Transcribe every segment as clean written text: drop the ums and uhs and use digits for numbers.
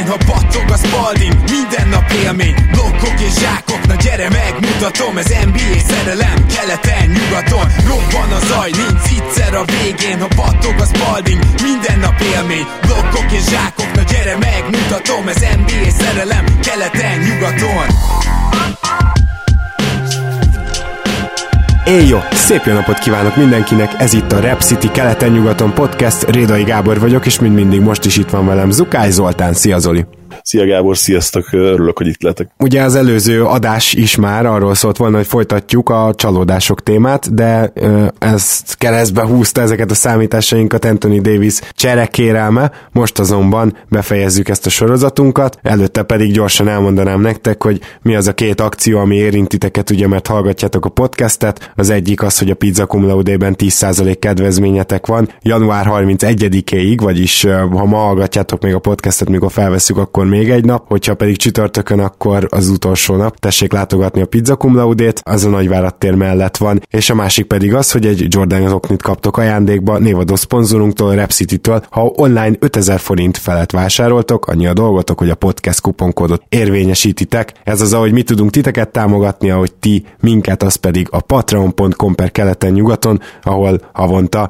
végén, ha pattog a Spalding, minden nap élmény, blokkok és zsákok, na gyere megmutatom, ez NBA szerelem, keleten, nyugaton, robban a zaj, nincs egyszer a végén, ha pattog a Spalding, minden nap élmény, blokkok és zsákok, na gyere megmutatom, ez NBA szerelem, keleten, nyugaton. Éjjó! Szép jó napot kívánok mindenkinek, ez itt a Rap City keleten-nyugaton podcast, Rédai Gábor vagyok, és mint mindig most is itt van velem Zukály Zoltán. Szia Zoli! Szia Gábor, sziasztok, örülök, hogy itt lehetek. Ugye az előző adás is már arról szólt volna, hogy folytatjuk a csalódások témát, de ezt keresztbe húzta ezeket a számításainkat Anthony Davis cserekérelme, most azonban befejezzük ezt a sorozatunkat, előtte pedig gyorsan elmondanám nektek, hogy mi az a két akció, ami érint titeket, ugye, mert hallgatjátok a podcastet. Az egyik az, hogy a Pizza Cum Laude-ben 10% kedvezményetek van január 31-éig, vagyis ha ma hallgatjátok még a podcastet, mikor felveszünk, akkor még egy nap, hogyha pedig csütörtökön, akkor az utolsó nap. Tessék látogatni a Pizza Cum Laude-t, az a Nagyvárad tér mellett van, és a másik pedig az, hogy egy Jordan zoknit kaptok ajándékba névadó szponzorunktól, Rap City-től, ha online 5000 forint felett vásároltok, annyi a dolgotok, hogy a podcast kuponkódot érvényesítitek. Ez az, ahogy mi tudunk titeket támogatni, ahogy ti minket, az pedig a patreon.com/keleten-nyugaton, ahol havonta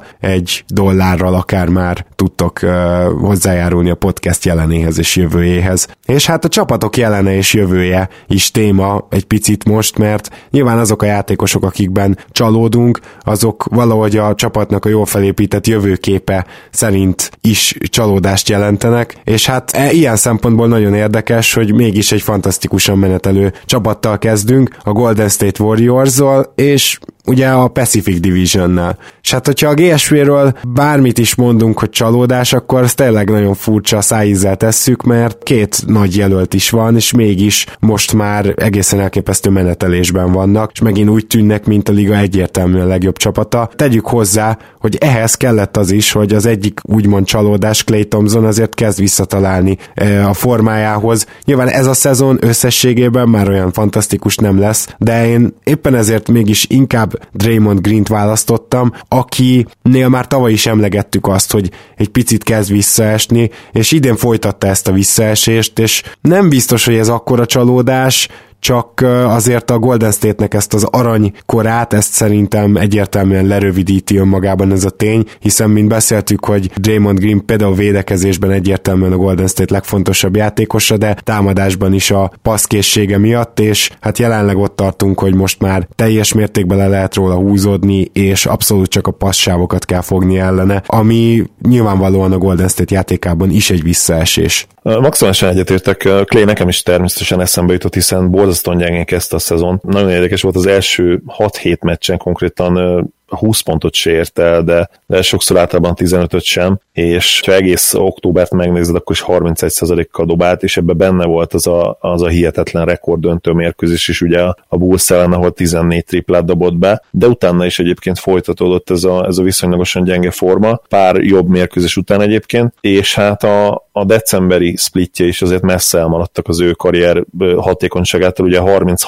$1 akár már tudtok hozzájárulni a podcast jelenéhez és jövőjéhez. És hát a csapatok jelene és jövője is téma egy picit most, mert nyilván azok a játékosok, akikben csalódunk, azok valahogy a csapatnak a jól felépített jövőképe szerint is csalódást jelentenek, és hát ilyen szempontból nagyon érdekes, hogy mégis egy fantasztikusan menetelő csapattal kezdünk, a Golden State Warriors-zal, és ugye a Pacific Division-nál. És hát, hogyha a GSV-ről bármit is mondunk, hogy csalódás, akkor azt tényleg nagyon furcsa szájízzel tesszük, mert két nagy jelölt is van, és mégis most már egészen elképesztő menetelésben vannak, és megint úgy tűnnek, mint a liga egyértelműen legjobb csapata. Tegyük hozzá, hogy ehhez kellett az is, hogy az egyik úgymond csalódás, Klay Thompson azért kezd visszatalálni a formájához. Nyilván ez a szezon összességében már olyan fantasztikus nem lesz, de én éppen ezért mégis inkább Draymond Greent választottam, akinél már tavaly is emlegettük azt, hogy egy picit kezd visszaesni, és idén folytatta ezt a visszaesést, és nem biztos, hogy ez akkora csalódás, csak azért a Golden State-nek ezt az aranykorát, ezt szerintem egyértelműen lerövidíti önmagában ez a tény, hiszen mint beszéltük, hogy Draymond Green például védekezésben egyértelműen a Golden State legfontosabb játékosa, de támadásban is a passzkészsége miatt, és hát jelenleg ott tartunk, hogy most már teljes mértékben le lehet róla húzódni, és abszolút csak a passsávokat kell fogni ellene, ami nyilvánvalóan a Golden State játékában is egy visszaesés. Maximálisan egyetértek, Klay nekem is természetesen eszembe jutott, hiszen borzasztóan gyengén kezdte a szezon. Nagyon érdekes volt, az első 6-7 meccsen konkrétan 20 pontot se ért el, de sokszor általában 15-öt sem, és ha egész októbert megnézed, akkor is 31%-kal dobált, és ebben benne volt az a hihetetlen rekorddöntő mérkőzés is ugye a Bulls ellen, ahol 14 triplát dobott be, de utána is egyébként folytatódott ez a viszonylagosan gyenge forma, pár jobb mérkőzés után egyébként, és hát a decemberi splitje is azért messze elmaradtak az ő karrier hatékonyságától, ugye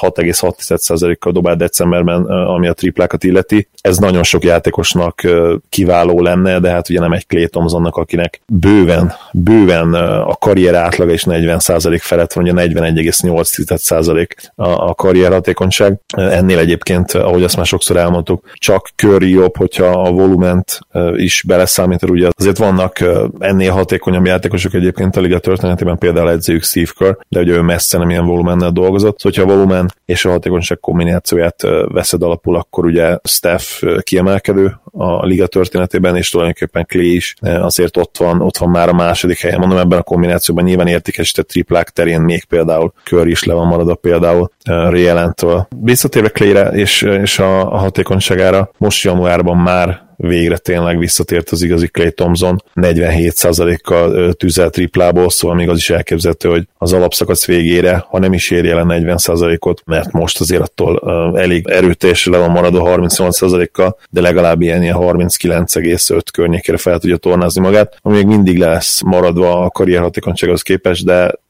36,6%-kal dobált decemberben, ami a triplákat illeti. Ez nagyon sok játékosnak kiváló lenne, de hát ugye nem egy Klay Thompsonnak, akinek bőven a karrier átlaga is 40% felett van, ugye 41,8% a karrier hatékonyság. Ennél egyébként, ahogy azt már sokszor elmondtuk, csak Curry jobb, hogyha a volument is beleszámítod, ugye azért vannak ennél hatékonyabb játékosok egyébként a liga történetében, például edzőjük Steve Kerr, de ugye ő messze nem ilyen volumennel dolgozott, szóval hogyha a volumen és a hatékonyság kombinációját veszed alapul, akkor ugye Steph kiemelkedő a liga történetében, és tulajdonképpen Klay is azért ott van már a második helyen. Mondom, ebben a kombinációban nyilván értékesített triplák terén még például Curry is le van maradva például Ray Allentől. Visszatérve Clayre és a hatékonyságára, most januárban már végre tényleg visszatért az igazi Klay Thompson, 47%-kal tüzelt triplából, szóval még az is elképzelhető, hogy az alapszakasz végére, ha nem is érje el 40%-ot, mert most azért attól elég erőteljesen le van maradva 38%-kal, de legalább ilyen 39,5 környékére fel tudja tornázni magát, ami még mindig lesz maradva a karrierhatékonysághoz képest, de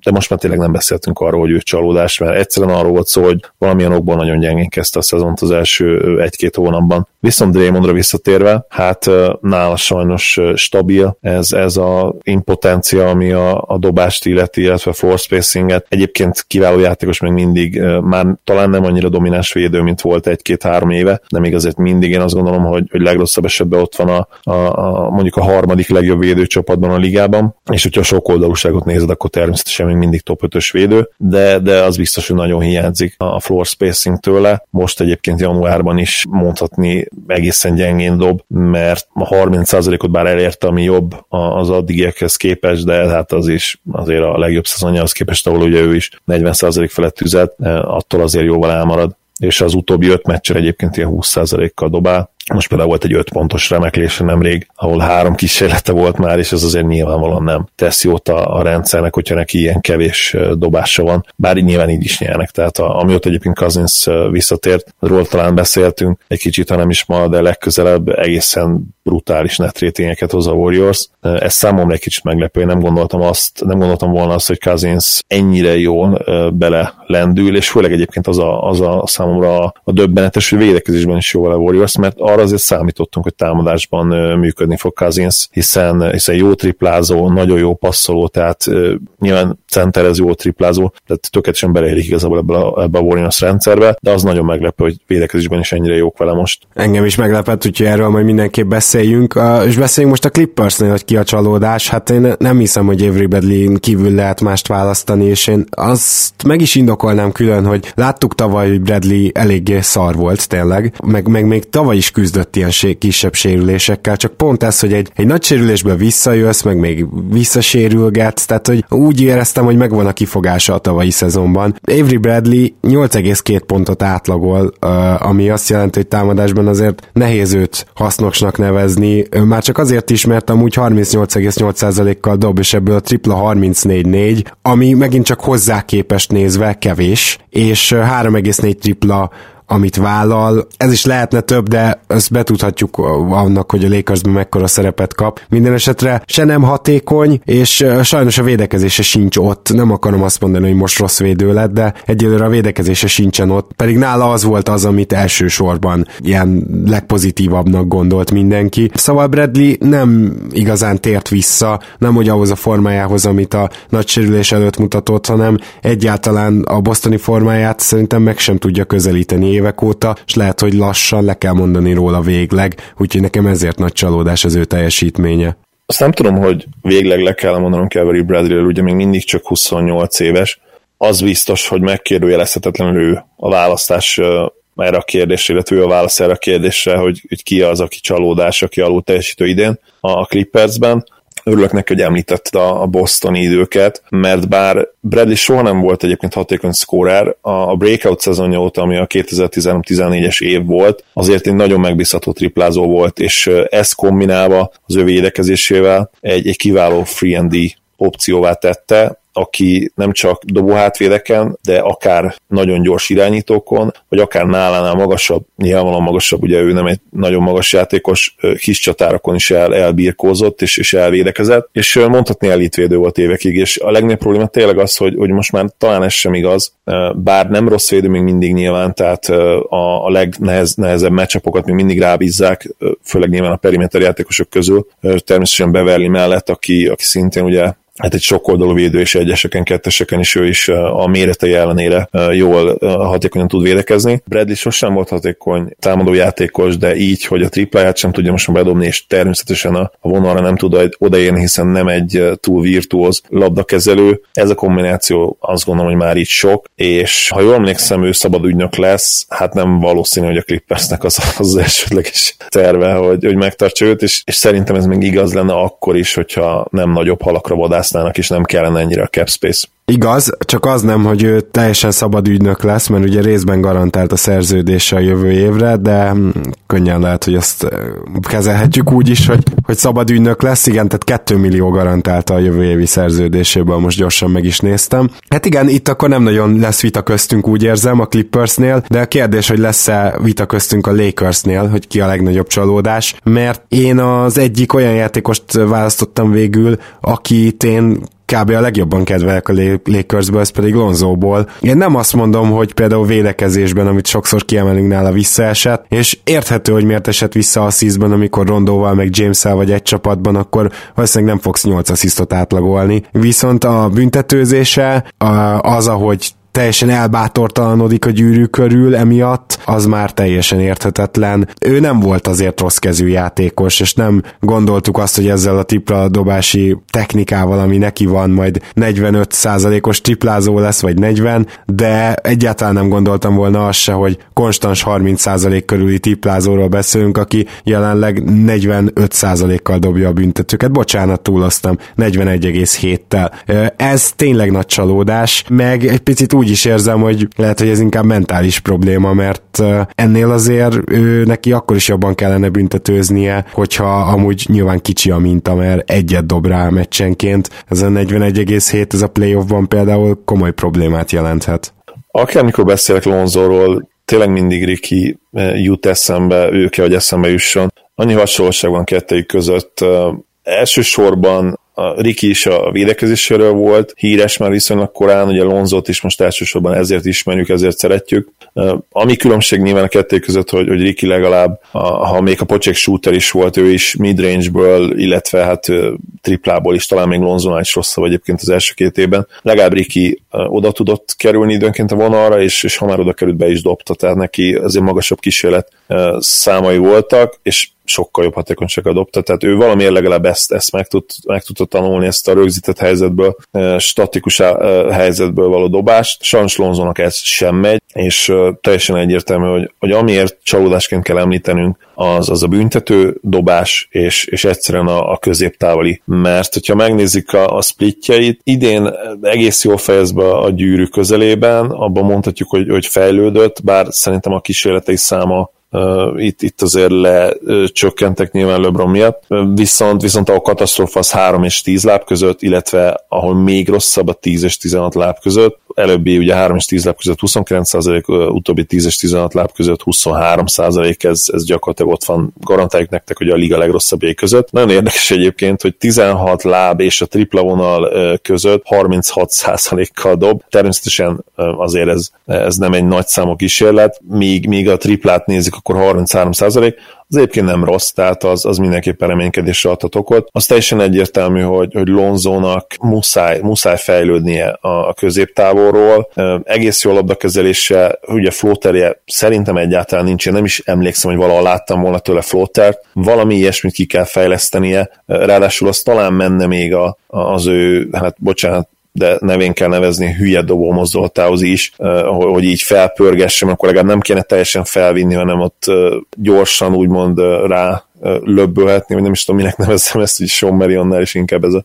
de most már tényleg nem beszéltünk arról, hogy ő csalódás, mert egyszerűen arról volt szó, hogy valamilyen okból nagyon gyengén kezdte a szezont az első 1-2 hónapban. Viszont Draymondra visszatérve, hát nála sajnos stabil ez a impotencia, ami a dobást illeti, illetve force spacinget. Egyébként kiváló játékos még mindig, már talán nem annyira domináns védő, mint volt 1-2-3 éve, de még azért mindig én azt gondolom, hogy legrosszabb esetben ott van mondjuk a harmadik legjobb védőcsapatban a ligában, és hogyha sok oldalúságot nézed, akkor természetesen még mindig top 5-ös védő, de az biztos, hogy nagyon hiányzik a floor spacing tőle. Most egyébként januárban is mondhatni egészen gyengén dob, mert a 30%-ot bár elérte, ami jobb az addigiekhez képest, de hát az is azért a legjobb szezonjához képest, ahol ugye ő is 40% felett üzet, attól azért jóval elmarad. És az utóbbi 5 meccsen egyébként ilyen 20%-kal dobál. Most például volt egy 5 pontos remeklése nemrég, ahol 3 kísérlete volt már, és ez azért nyilvánvalóan nem tesz jót a rendszernek, hogyha neki ilyen kevés dobása van, bár nyilván így is nyernek. Tehát amióta egyébként Cousins visszatért, róla talán beszéltünk egy kicsit, hanem is ma, de legközelebb egészen brutális net ratingeket hoz a Warriors. Ez számomra egy kicsit meglepő, nem gondoltam volna azt, hogy Cousins ennyire jól bele lendül, és főleg egyébként az a számomra a döbbenetes, hogy védekezésben is jó a Warriors, mert arra azért számítottunk, hogy támadásban működni fog Cousins, hiszen jó triplázó, nagyon jó passzoló, tehát nyilván centerez jó triplázó, tehát tökéletesen beleérik igazából ebbe a Warriors rendszerbe, de az nagyon meglepő, hogy védekezésben is ennyire jók vele most. Engem is meglepett, úgyhogy erről majd mindenképp beszéljünk, és beszéljünk most a Clippersnél, hogy ki a csalódás. Hát én nem hiszem, hogy Avery Bradley kívül lehet mást választani, és én azt meg is indokolnám külön, hogy láttuk tavaly, hogy Bradley eléggé szar volt tényleg, meg még tavaly is küzdött ilyen kisebb sérülésekkel, csak pont ez, hogy egy nagy sérülésből visszajössz, meg még visszasérülgetsz, tehát hogy úgy éreztem, hogy megvan a kifogása a tavalyi szezonban. Avery Bradley 8,2 pontot átlagol, ami azt jelenti, hogy támadásban azért nehéz őt hasznosnak nevezni, már csak azért is, mert amúgy 38,8%-kal dob, és ebből a tripla 34-4, ami megint csak hozzá képest nézve kevés, és 3,4 tripla amit vállal. Ez is lehetne több, de ezt betudhatjuk annak, hogy a Lakersben mekkora szerepet kap. Minden esetre se nem hatékony, és sajnos a védekezése sincs ott. Nem akarom azt mondani, hogy most rossz védő lett, de egyelőre a védekezése sincsen ott. Pedig nála az volt az, amit elsősorban ilyen legpozitívabbnak gondolt mindenki. Szóval Bradley nem igazán tért vissza, nem hogy ahhoz a formájához, amit a nagy sérülés előtt mutatott, hanem egyáltalán a bostoni formáját szerintem meg sem tudja közelíteni évek óta, és lehet, hogy lassan le kell mondani róla végleg, úgyhogy nekem ezért nagy csalódás az ő teljesítménye. Azt nem tudom, hogy végleg le kell mondanom Avery Bradley-ről, ugye még mindig csak 28 éves. Az biztos, hogy megkérdőjelezhetetlenül ő a választás erre a kérdésre, illetve ő a válasz erre a kérdésre, hogy ki az, aki csalódás, aki alul teljesítő idén a Clippersben. Örülök neki, hogy említett a bostoni időket, mert bár Bradley soha nem volt egyébként hatékony scorer, a breakout szezonja óta, ami a 2013-14-es év volt, azért egy nagyon megbízható triplázó volt, és ezt kombinálva az ő védekezésével egy kiváló free and D opcióvá tette, aki nem csak dobóhátvédeken, de akár nagyon gyors irányítókon, vagy akár nálánál magasabb, nyilvánvalóan magasabb, ugye ő nem egy nagyon magas játékos, kis csatárokon is elbirkózott és elvédekezett, és mondhatni elitvédő volt évekig, és a legnagyobb probléma tényleg az, hogy most már talán ez sem igaz, bár nem rossz védő még mindig nyilván, tehát a legnehezebb matchupokat még mindig rábízzák, főleg nyilván a periméter játékosok közül, természetesen Beverly mellett, aki szintén ugye hát egy sokoldalú védő, és egyeseken, ketteseken is ő is a méretei ellenére jól hatékonyan tud védekezni. Bradley sosem volt hatékony támadójátékos, de így, hogy a tripláját sem tudja most már bedobni, és természetesen a vonalra nem tud odaérni, hiszen nem egy túl virtuóz labdakezelő. Ez a kombináció azt gondolom, hogy már így sok, és ha jól emlékszem, ő szabad ügynök lesz, hát nem valószínű, hogy a Clippersnek az elsődleges terve, hogy megtartsa őt, és szerintem ez még igaz lenne akkor is, hogyha nem nagyobb halakra vadásznának, és nem kellene ennyire a cap space. Igaz, csak az nem, hogy ő teljesen szabad ügynök lesz, mert ugye részben garantált a szerződése a jövő évre, de könnyen lehet, hogy azt kezelhetjük úgy is, hogy szabad ügynök lesz, igen, tehát 2 millió garantálta a jövő évi szerződéséből, most gyorsan meg is néztem. Hát igen, itt akkor nem nagyon lesz vita köztünk, úgy érzem, a Clippersnél, de a kérdés, hogy lesz-e vita köztünk a Lakersnél, hogy ki a legnagyobb csalódás, mert én az egyik olyan játékost választottam végül, akit én kb. A legjobban kedvelek a Lakersből, ez pedig Lonzóból. Én nem azt mondom, hogy például védekezésben, amit sokszor kiemelünk nála, visszaesett, és érthető, hogy miért esett vissza asszisztban, amikor Rondóval meg James-el vagy egy csapatban, akkor valószínűleg nem fogsz 8 asszisztot átlagolni. Viszont a büntetőzése, az, ahogy teljesen elbátortalanodik a gyűrű körül emiatt, az már teljesen érthetetlen. Ő nem volt azért rossz kezű játékos, és nem gondoltuk azt, hogy ezzel a tripla dobási technikával, ami neki van, majd 45%-os triplázó lesz, vagy 40, de egyáltalán nem gondoltam volna azt se, hogy konstans 30% körüli triplázóról beszélünk, aki jelenleg 45%-kal dobja a büntetőket. Bocsánat, túloztam, 41,7-tel. Ez tényleg nagy csalódás, meg egy picit úgy is érzem, hogy lehet, hogy ez inkább mentális probléma, mert ennél azért neki akkor is jobban kellene büntetőznie, hogyha amúgy nyilván kicsi a minta, mert egyet dob rá meccsenként. Ez a 41,7, ez a playoffban például komoly problémát jelenthet. Akármikor beszélek Lonzóról, tényleg mindig Ricky jut eszembe, ő kell, hogy eszembe jusson. Annyi hasonlóság van kettőjük között. Elsősorban a Ricky is a védekezéséről volt híres már viszonylag korán, ugye Lonzót is most elsősorban ezért ismerjük, ezért szeretjük. Ami különbség nyilván a kettő között, hogy Ricky legalább, ha még a pocsék shooter is volt, ő is midrange-ből, illetve hát triplából is, talán még Lonzónál is rosszabb egyébként az első 2 évben. Legalább Ricky oda tudott kerülni időnként a vonalra, és ha már oda került, be is dobta, tehát neki azért magasabb kísérlet számai voltak, és sokkal jobb hatékonysággal dobta, tehát ő valamiért legalább ezt meg tudta tanulni, ezt a rögzített helyzetből, statikus helyzetből való dobást. Sajnos Lonzónak ez sem megy, és teljesen egyértelmű, hogy amiért csalódásként kell említenünk, az a büntető dobás, és egyszerűen a középtávoli. Mert hogyha megnézik a splitjeit, idén egész jól fejez be a gyűrű közelében, abban mondhatjuk, hogy fejlődött, bár szerintem a kísérletei száma itt azért lecsökkentek nyilván LeBron miatt, viszont a katasztrófa az 3 és 10 láb között, illetve ahol még rosszabb a 10 és 16 láb között, előbbi ugye 3 és 10 láb között 29%, utóbbi 10 és 16 láb között 23%, ez gyakorlatilag ott van, garantáljuk nektek, hogy a liga legrosszabbjai között. Nagyon érdekes egyébként, hogy 16 láb és a tripla vonal között 36%-kal dob. Természetesen azért ez nem egy nagy számú kísérlet, míg a triplát nézik, akkor 33%, az egyébként nem rossz, tehát az mindenképpen reménykedésre adhat okot. Az teljesen egyértelmű, hogy Lonzónak muszáj fejlődnie a középtávolról. Egész jó labdakezelése, ugye floaterje szerintem egyáltalán nincs, én nem is emlékszem, hogy valahol láttam volna tőle floatert, valami ilyesmit ki kell fejlesztenie, ráadásul az talán menne még az ő, hát bocsánat, de nevén kell nevezni, hülye dobó mozdulatához is, hogy így felpörgessem, akkor legalább nem kéne teljesen felvinni, hanem ott gyorsan úgymond rá löbbölhetni, vagy nem is tudom, minek nevezzem ezt, hogy Sean Marionnál is inkább ez a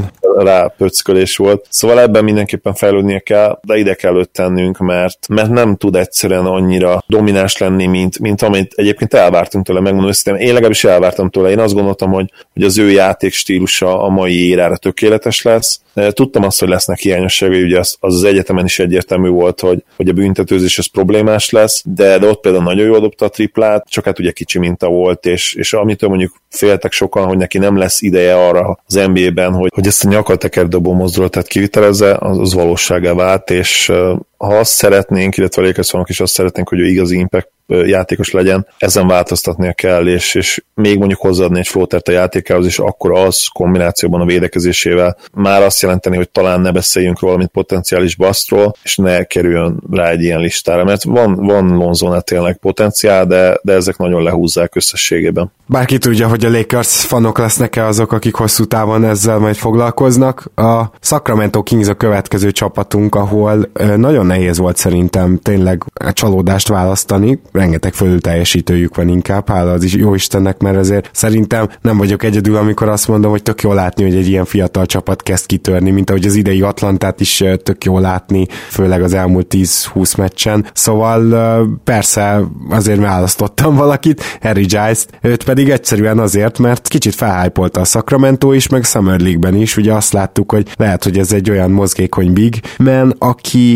rápöckölés volt. Szóval ebben mindenképpen fejlődnie kell, de ide kell őt tennünk, mert nem tud egyszerűen annyira domináns lenni, mint amit egyébként elvártunk tőle, megmondom őszintén. Én legalábbis elvártam tőle, én azt gondoltam, hogy az ő játékstílusa a mai érára tökéletes lesz. Tudtam azt, hogy lesznek hiányosságai, ugye az egyetemen is egyértelmű volt, hogy a büntetőzés az problémás lesz, de ott például nagyon jól dobta a triplát, csak hát ugye kicsi minta volt, és amitől mondjuk féltek sokan, hogy neki nem lesz ideje arra az NBA-ben, hogy ezt a nyakatekerdobó mozdulatát kivitelezze, az valóságá vált, és ha azt szeretnénk, illetve a Lakers fanok is azt szeretnénk, hogy ő igazi impact játékos legyen, ezen változtatnia kell, és még mondjuk hozzáadni egy floatert a játékához, és akkor az kombinációban a védekezésével már azt jelenteni, hogy talán ne beszéljünk róla, mint potenciális basztról, és ne kerüljön rá egy ilyen listára, mert van Lonzónál tényleg potenciál, de ezek nagyon lehúzzák összességében. Bárki tudja, hogy a Lakers fanok lesznek-e azok, akik hosszú távon ezzel majd foglalkoznak. A Sacramento Kings a következő csapatunk, ahol nagyon nehéz volt szerintem tényleg csalódást választani, rengeteg fölülteljesítőjük van inkább, hála az is jó Istennek, mert ezért szerintem nem vagyok egyedül, amikor azt mondom, hogy tök jó látni, hogy egy ilyen fiatal csapat kezd kitörni, mint ahogy az idei Atlantát is tök jó látni, főleg az elmúlt 10-20 meccsen. Szóval persze azért választottam valakit, Harry Giles-t, őt pedig egyszerűen azért, mert kicsit felhájpolta a Sacramento is, meg Summer League-ben is, ugye azt láttuk, hogy lehet, hogy ez egy olyan mozgékony big man, aki igazából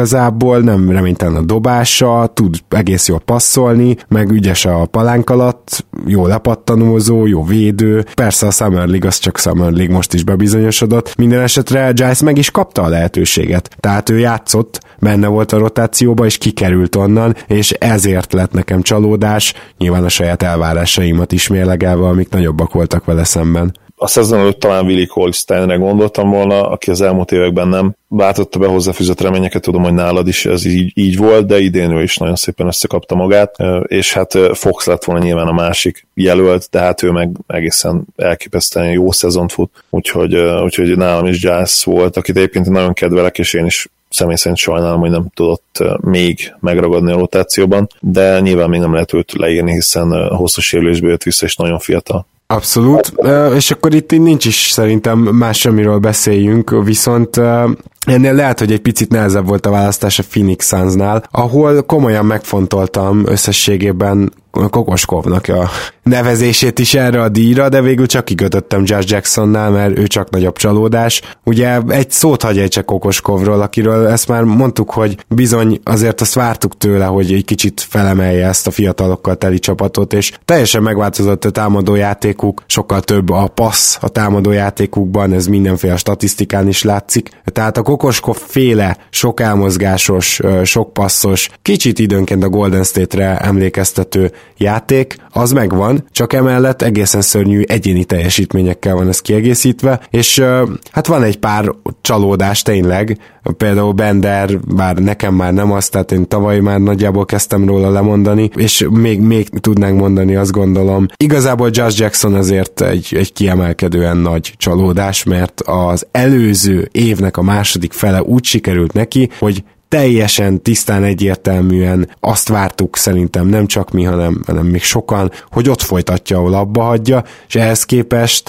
igazából nem reménytelen a dobása, tud egész jól passzolni, meg ügyes a palánk alatt, jó lepattanózó, jó védő. Persze a Summer League az csak Summer League, most is bebizonyosodott. Minden esetre Giles meg is kapta a lehetőséget. Tehát ő játszott, benne volt a rotációba, és kikerült onnan, és ezért lett nekem csalódás, nyilván a saját elvárásaimat is mérlegelve, amik nagyobbak voltak vele szemben. A szezon előtt talán Willie Cauley-Steinre gondoltam volna, aki az elmúlt években nem váltotta be hozzáfűzött reményeket, tudom, hogy nálad is ez így volt, de idén ő is nagyon szépen összekapta magát, és hát Fox lett volna nyilván a másik jelölt, de hát ő meg egészen elképesztően jó szezont fut, úgyhogy nálam is Giles volt, akit egyébként nagyon kedvelek, és én is személy szerint sajnálom, hogy nem tudott még megragadni a rotációban, de nyilván még nem lehet őt leírni, hiszen hosszú sérülésből jött vissza, és nagyon fiatal. Abszolút, és akkor itt nincs is szerintem más semmiről beszéljünk, viszont ennél lehet, hogy egy picit nehezebb volt a választás a Phoenix Sunsnál, ahol komolyan megfontoltam összességében Kokoskovnak a nevezését is erre a díjra, de végül csak kikötöttem Josh Jacksonnál, mert ő csak nagyobb csalódás. Ugye egy szót hagyj egyszer Kokoskovról, akiről ezt már mondtuk, hogy bizony azért azt vártuk tőle, hogy egy kicsit felemelje ezt a fiatalokkal teli csapatot, és teljesen megváltozott a támadójátékuk, sokkal több a passz a támadójátékukban, ez mindenféle statisztikán is látszik. Tehát a Kokoskov féle sok elmozgásos, sok passzos, kicsit időnként a Golden State-re emlékeztető játék, az megvan, csak emellett egészen szörnyű egyéni teljesítményekkel van ez kiegészítve, és hát van egy pár csalódás tényleg, például Bender, bár nekem már nem az, tehát én tavaly már nagyjából kezdtem róla lemondani, és még tudnánk mondani, azt gondolom. Igazából Josh Jackson azért egy kiemelkedően nagy csalódás, mert az előző évnek a második fele úgy sikerült neki, hogy teljesen tisztán egyértelműen azt vártuk szerintem nem csak mi, hanem még sokan, hogy ott folytatja, ahol abba hagyja, és ehhez képest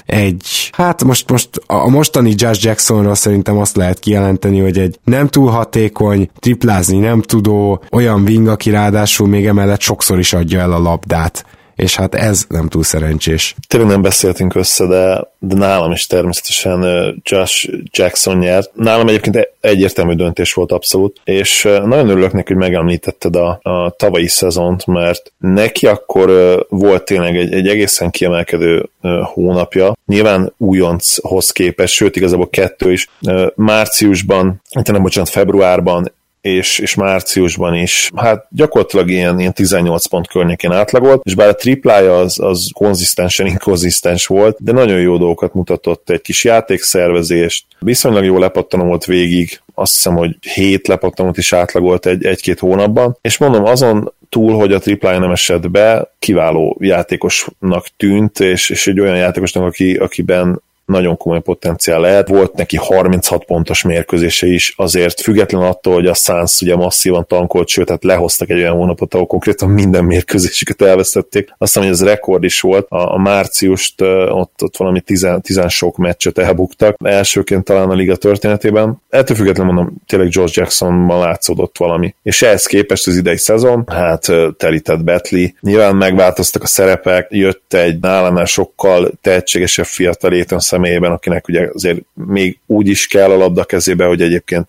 most a mostani Josh Jacksonról szerintem azt lehet kijelenteni, hogy egy nem túl hatékony, triplázni nem tudó, olyan wing, aki ráadásul még emellett sokszor is adja el a labdát. És hát ez nem túl szerencsés. Tényleg nem beszéltünk össze, de nálam is természetesen Josh Jackson nyert. Nálam egyébként egyértelmű döntés volt abszolút, és nagyon örülök neki, hogy megemlítetted a tavalyi szezont, mert neki akkor volt tényleg egy egészen kiemelkedő hónapja. Nyilván újonchoz képest, sőt igazából 2 is. Februárban és márciusban is, hát gyakorlatilag ilyen 18 pont környékén átlagolt, és bár a triplája az konzisztensen inkonzisztens volt, de nagyon jó dolgokat mutatott, egy kis játékszervezést, viszonylag jó lepattanó volt végig, azt hiszem, hogy 7 lepattanót is átlagolt egy-két hónapban, és mondom, azon túl, hogy a triplája nem esett be, kiváló játékosnak tűnt, és egy olyan játékosnak, akiben nagyon komoly potenciál lehet. Volt neki 36 pontos mérkőzése is, azért független attól, hogy a Suns ugye masszívan tankolt, sőt, hát lehoztak egy olyan hónapot, ahol konkrétan minden mérkőzésüket elvesztették. Azt hiszem, hogy ez rekord is volt. A márciust ott valami 10 sok meccset elbuktak, elsőként talán a liga történetében. Ettől függetlenül mondom, tényleg Josh Jacksonban látszódott valami. És ehhez képest az idei szezon, hát telített Betley. Nyilván megváltoztak a szerepek, jött egy nálamnál sokkal tehetségesebb fiatal Ayton személyében, akinek ugye azért még úgy is kell a labda kezébe, hogy egyébként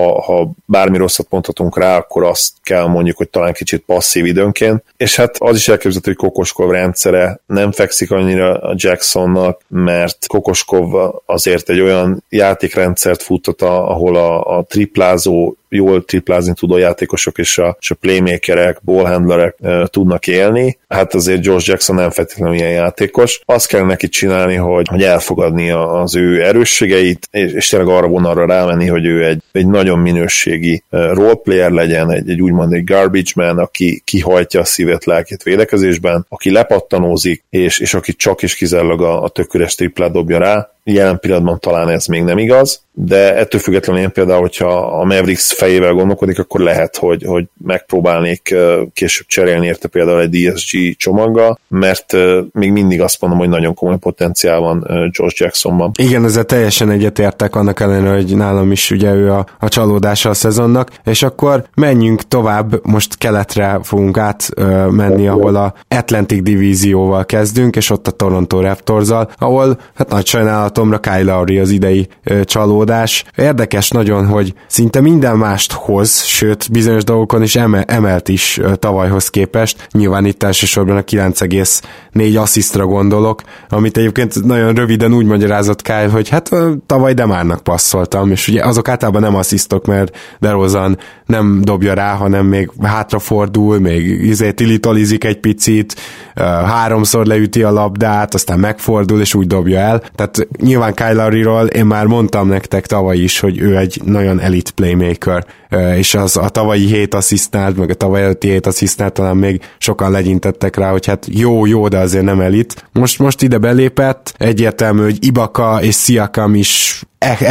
ha bármi rosszat mondhatunk rá, akkor azt kell mondjuk, hogy talán kicsit passzív időnként, és hát az is elképzelhető, hogy Kokoskov rendszere nem fekszik annyira a Jacksonnak, mert Kokoskov azért egy olyan játékrendszert futtat, ahol a triplázó, jól triplázni tudó játékosok és a playmakerek, ballhandlerek tudnak élni. Hát azért Josh Jackson nem feltétlenül ilyen játékos. Azt kell neki csinálni, hogy elfogadni az ő erősségeit, és tényleg arra vonalra rámenni, hogy ő egy nagyon minőségi roleplayer legyen, egy úgymond egy garbage man, aki kihajtja a szívét, lelkét védekezésben, aki lepattanózik, és aki csak és kizárólag a tök üres triplát dobja rá. Jelen pillanatban talán ez még nem igaz, de ettől függetlenül én például, hogyha a Mavericks fejével gondolkodik, akkor lehet, hogy megpróbálnék később cserélni érte például egy DSG csomaggal, mert még mindig azt mondom, hogy nagyon komoly potenciál van Josh Jacksonban. Igen, ezzel teljesen egyetértek, annak ellenére, hogy nálam is ugye ő a csalódása a szezonnak, és akkor menjünk tovább, most keletre fogunk átmenni, ahol a Atlantic divízióval kezdünk, és ott a Toronto Raptorzzal, ahol hát nagy sajnálat gondolatomra Kyle Lowry az idei csalódás. Érdekes nagyon, hogy szinte minden mást hoz, sőt bizonyos dolgokon is emelt is tavalyhoz képest. Nyilván itt elsősorban a 9,4 asszisztra gondolok, amit egyébként nagyon röviden úgy magyarázott Kyle, hogy hát tavaly Demárnak passzoltam, és ugye azok általában nem asszisztok, mert DeRozan nem dobja rá, hanem még hátrafordul, még tilitolizik egy picit, 3-szor leüti a labdát, aztán megfordul, és úgy dobja el. Tehát nyilván Kyle Lowryról én már mondtam nektek tavaly is, hogy ő egy nagyon elite playmaker, és az a tavalyi 7 asszisztnál, meg a tavaly előtti 7 asszisztnál talán még sokan legyintettek rá, hogy hát jó, de azért nem elit. Most ide belépett, egyértelmű, hogy Ibaka és Siakam is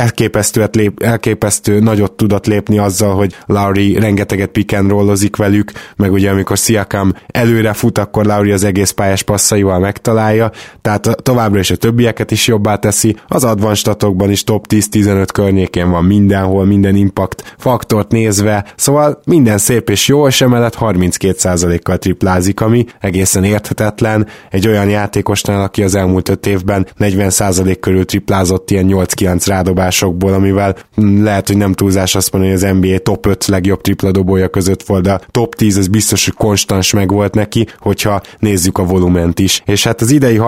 elképesztő nagyot tudott lépni azzal, hogy Lowry rengeteget pick and rollozik velük, meg ugye amikor Siakam előre fut, akkor Lowry az egész pályás passzaival megtalálja, tehát továbbra is a többieket is jobbá teszi, az advanced statokban is top 10-15 környékén van mindenhol, minden impact faktort nézve, szóval minden szép és jó, és emellett 32%-kal triplázik, ami egészen érthetetlen, egy olyan játékosnál, aki az elmúlt 5 évben 40% körül triplázott ilyen 8-9 rádobásokból, amivel lehet, hogy nem túlzás azt mondani, hogy az NBA top 5 legjobb tripladobója között volt, de a top 10 az biztos, hogy konstans meg volt neki, hogyha nézzük a volument is. És hát az idei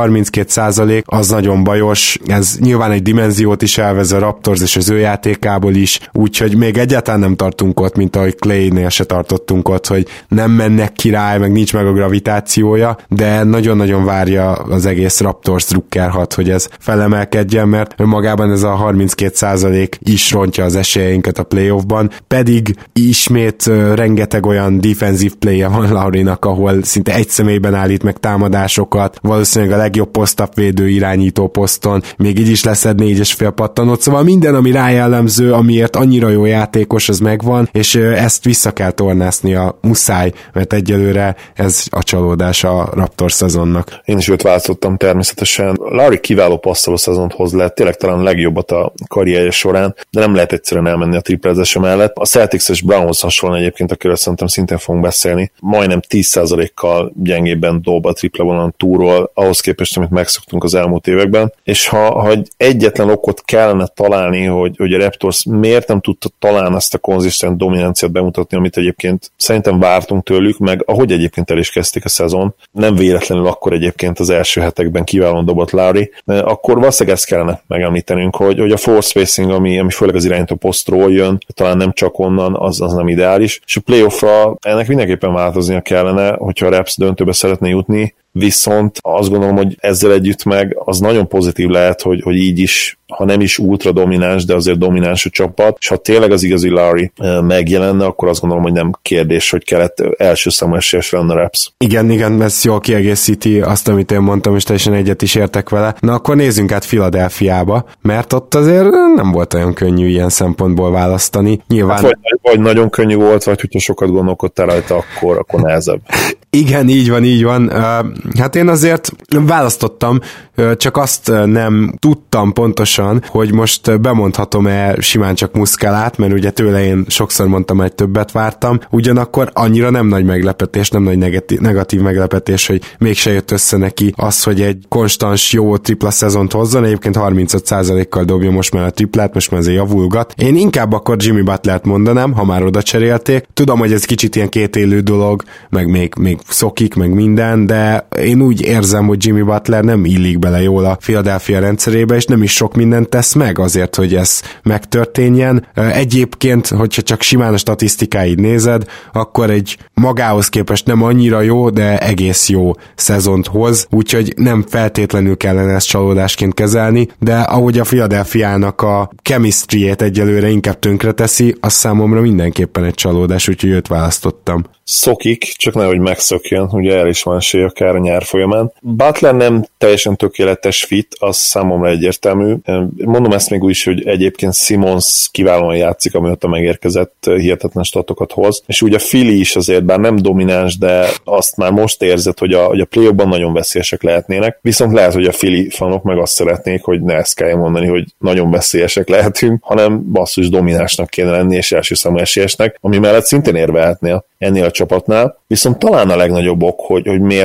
32% az nagyon bajos, ez nyilván egy dimenziót is elvez a Raptors és az ő játékából is, úgyhogy még egyáltalán nem tartunk ott, mint ahogy Clay-nél se tartottunk ott, hogy nem mennek király, meg nincs meg a gravitációja, de nagyon-nagyon várja az egész Raptors drukkerhat, hogy ez felemelkedjen, mert magában ez a 32% is rontja az esélyeinket a playoffban, pedig ismét rengeteg olyan defensív play-je van Lowrynak, ahol szinte egy személyben állít meg támadásokat, valószínűleg a legjobb post-up védő irányító poszton, még így is leszed 4,5 pattanót, szóval minden, ami rájellemző, amiért annyira jó játékos, az megvan, és ezt vissza kell tornásznia, muszáj, mert egyelőre ez a csalódás a Raptors szezonnak. Én is őt választottam természetesen. Lowry kiváló passzoló szezont hoz le, tényleg talán a legjobbat a karrierje során, de nem lehet egyszerűen elmenni a triplezése mellett. A Celtics és Brownhoz hasonlóan egyébként, akiről szerintem szintén fogunk beszélni, majdnem 10%-kal gyengébben dob a tripla vonalon túlról, ahhoz képest, amit megszoktunk az elmúlt években. És ha egyetlen okot kellene találni, hogy a Raptors miért nem tudta talán azt a konzisztent dominanciát bemutatni, amit egyébként szerintem vártunk tőlük, meg ahogy egyébként el is kezdték a szezon, nem véletlenül akkor egyébként az első hetekben kiválóan dobott Lowry, akkor valószínűleg ezt kellene megemlítenünk, hogy a floor spacing, ami főleg az irányító posztról jön, talán nem csak onnan, az nem ideális, és a playoffra ennek mindenképpen változnia kellene, hogyha a Raps döntőbe szeretne jutni, viszont azt gondolom, hogy ezzel együtt meg az nagyon pozitív lehet, hogy így is, ha nem is ultra domináns, de azért domináns a csapat, és ha tényleg az igazi Lowry megjelenne, akkor azt gondolom, hogy nem kérdés, hogy kellett első számú esélyes lenne a Raps. Igen, ez jól kiegészíti azt, amit én mondtam, és teljesen egyet is értek vele. Na akkor nézzünk át Philadelphiába, mert ott azért nem volt olyan könnyű ilyen szempontból választani. Nyilván... Hát vagy nagyon könnyű volt, vagy hogyha sokat gondolkodtál rajta, akkor nehezebb. Igen, így van. Hát én azért választottam, csak azt nem tudtam pontosan, hogy most bemondhatom-e simán csak Muscalát, mert ugye tőle én sokszor mondtam, hogy többet vártam, ugyanakkor annyira nem nagy meglepetés, nem nagy negatív meglepetés, hogy mégse jött össze neki az, hogy egy konstans jó tripla szezont hozzon, egyébként 35%-kal dobja most már a triplát, most már azért javulgat. Én inkább akkor Jimmy Butlert mondanám, ha már oda cserélték. Tudom, hogy ez kicsit ilyen kétélű dolog, meg még szokik, meg minden, de én úgy érzem, hogy Jimmy Butler nem illik bele jól a Philadelphia rendszerébe, és nem is sok mindent tesz meg azért, hogy ez megtörténjen. Egyébként, hogyha csak simán a statisztikáid nézed, akkor egy magához képest nem annyira jó, de egész jó szezont hoz, úgyhogy nem feltétlenül kellene ezt csalódásként kezelni, de ahogy a Philadelphiának a chemistry-ét egyelőre inkább tönkre teszi, az számomra mindenképpen egy csalódás, úgyhogy őt választottam. Szokik, csak nehogy megszokjon, ugye el is van esély akár a nyár folyamán. Butler nem teljesen tökéletes fit, az számomra egyértelmű. Mondom ezt még úgy is, hogy egyébként Simmons kiválóan játszik, amióta megérkezett, hihetetlen statokat hoz, és ugye a Philly is azért, bár nem domináns, de azt már most érzed, hogy a play-offban nagyon veszélyesek lehetnének, viszont lehet, hogy a Philly fanok meg azt szeretnék, hogy ne ezt kelljen mondani, hogy nagyon veszélyesek lehetünk, hanem basszus dominánsnak kéne lenni, és első számú esélyesnek, ami mellett szintén érvehetnél ennél a csapatnál, viszont talán a legnagyobb ok, hogy miért nem lesz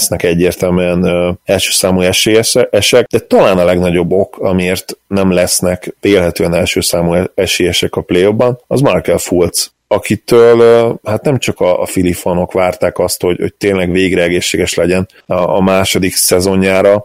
lesznek egyértelműen első számú esélyesek, de talán a legnagyobb ok, amiért nem lesznek vélhetően első számú esélyesek a play-offban, az Markelle Fultz, akitől hát nem csak a Philly fanok várták azt, hogy tényleg végre egészséges legyen a második szezonjára,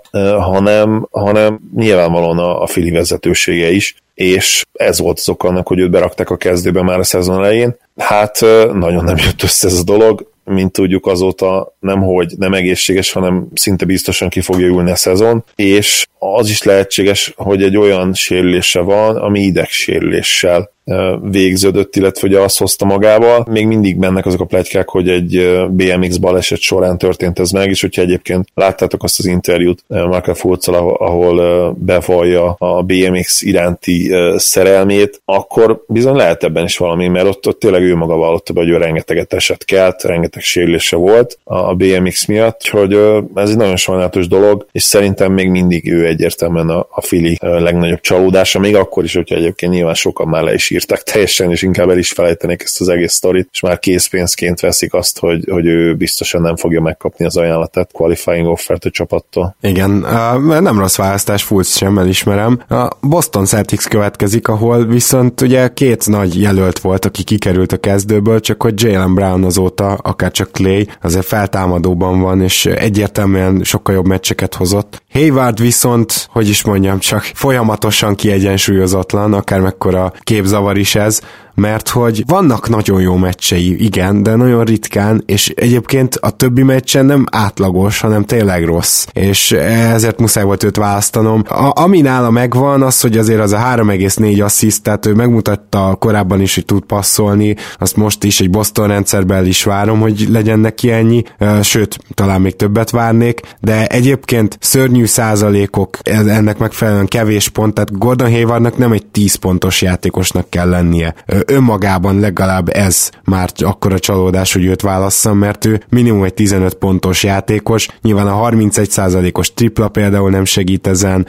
hanem nyilvánvalóan a Philly vezetősége is, és ez volt az ok annak, hogy őt berakták a kezdőbe már a szezon elején. Hát nagyon nem jött össze ez a dolog, mint tudjuk azóta nem egészséges, hanem szinte biztosan ki fogja ülni a szezon, és az is lehetséges, hogy egy olyan sérülése van, ami idegsérüléssel végződött, illetve ugye azt hozta magával. Még mindig mennek azok a pletykák, hogy egy BMX baleset során történt ez meg, és hogyha egyébként láttátok azt az interjút Markelle Fultz-al, ahol bevallja a BMX iránti szerelmét, akkor bizony lehet ebben is valami, mert ott tényleg ő maga vallotta be, hogy ő rengeteget esett kelt, rengeteg sérülése volt a BMX miatt, hogy ez egy nagyon sajnálatos dolog, és szerintem még mindig ő egyértelműen a Philly legnagyobb csalódása, még akkor is, hogyha egyébként nyilván sokan már le is írták teljesen, és inkább el is felejtenék ezt az egész sztorit, és már készpénzként veszik azt, hogy ő biztosan nem fogja megkapni az ajánlatát, qualifying offert a csapattól. Igen, nem rossz választás, Fultz sem elismerem. A Boston Celtics következik, ahol viszont ugye két nagy jelölt volt, aki kikerült a kezdőből, csak hogy Jaylen Brown azóta, akár csak Clay, azért feltámadóban van, és egyértelműen sokkal jobb meccseket hozott. Hayward viszont, hogy is mondjam, csak folyamatosan kiegyensúlyozatlan, akár mekkora képzavar is ez, mert hogy vannak nagyon jó meccsei, igen, de nagyon ritkán, és egyébként a többi meccsen nem átlagos, hanem tényleg rossz, és ezért muszáj volt őt választanom. Ami nála megvan, az, hogy azért az a 3,4 assziszt, tehát ő megmutatta korábban is, hogy tud passzolni, azt most is egy Boston rendszerben is várom, hogy legyen neki ennyi, sőt, talán még többet várnék, de egyébként szörnyű százalékok, ennek megfelelően kevés pont, tehát Gordon Haywardnak nem egy 10 pontos játékosnak kell lennie. Önmagában legalább ez már akkora csalódás, hogy őt válasszam, mert ő minimum egy 15 pontos játékos, nyilván a 31%-os tripla például nem segít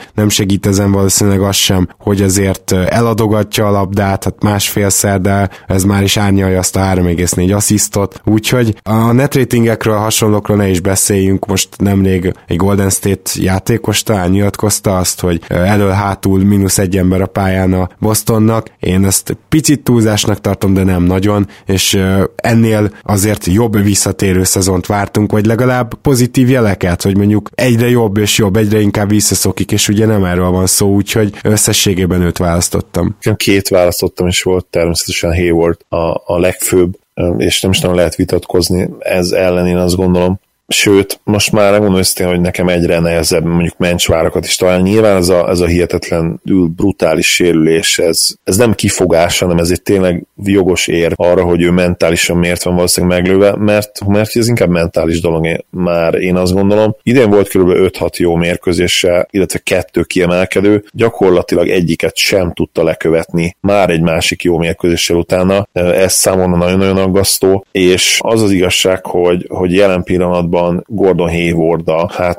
ezen valószínűleg az sem, hogy azért eladogatja a labdát, hát másfélszer, de ez már is árnyalja azt a 3,4 asszisztot, úgyhogy a net ratingekről, hasonlókról ne is beszéljünk, most nemrég egy Golden State játékos talán nyilatkozta azt, hogy elől-hátul -1 ember a pályán a Bostonnak, én ezt picit túlzásnak tartom, de nem nagyon, és ennél azért jobb visszatérő szezont vártunk, vagy legalább pozitív jeleket, hogy mondjuk egyre jobb és jobb, egyre inkább visszaszokik, és ugye nem erről van szó, úgyhogy összességében őt választottam. Két választottam, és volt természetesen Hayward a legfőbb, és nem is nagyon lehet vitatkozni ez ellen, én azt gondolom. Sőt, most már megmondom őszintén, hogy nekem egyre nehezebb mondjuk mencsvárakat is találni. Nyilván ez a hihetetlenül brutális sérülés, ez nem kifogás, hanem ez egy tényleg jogos ér arra, hogy ő mentálisan miért van valószínűleg meglőve, mert ez inkább mentális dolog már, én azt gondolom. Idén volt kb. 5-6 jó mérkőzése, illetve 2 kiemelkedő, gyakorlatilag egyiket sem tudta lekövetni már egy másik jó mérkőzéssel utána. Ez számomra nagyon-nagyon aggasztó, és az az igazság, hogy jelen pillanatban Gordon Hayward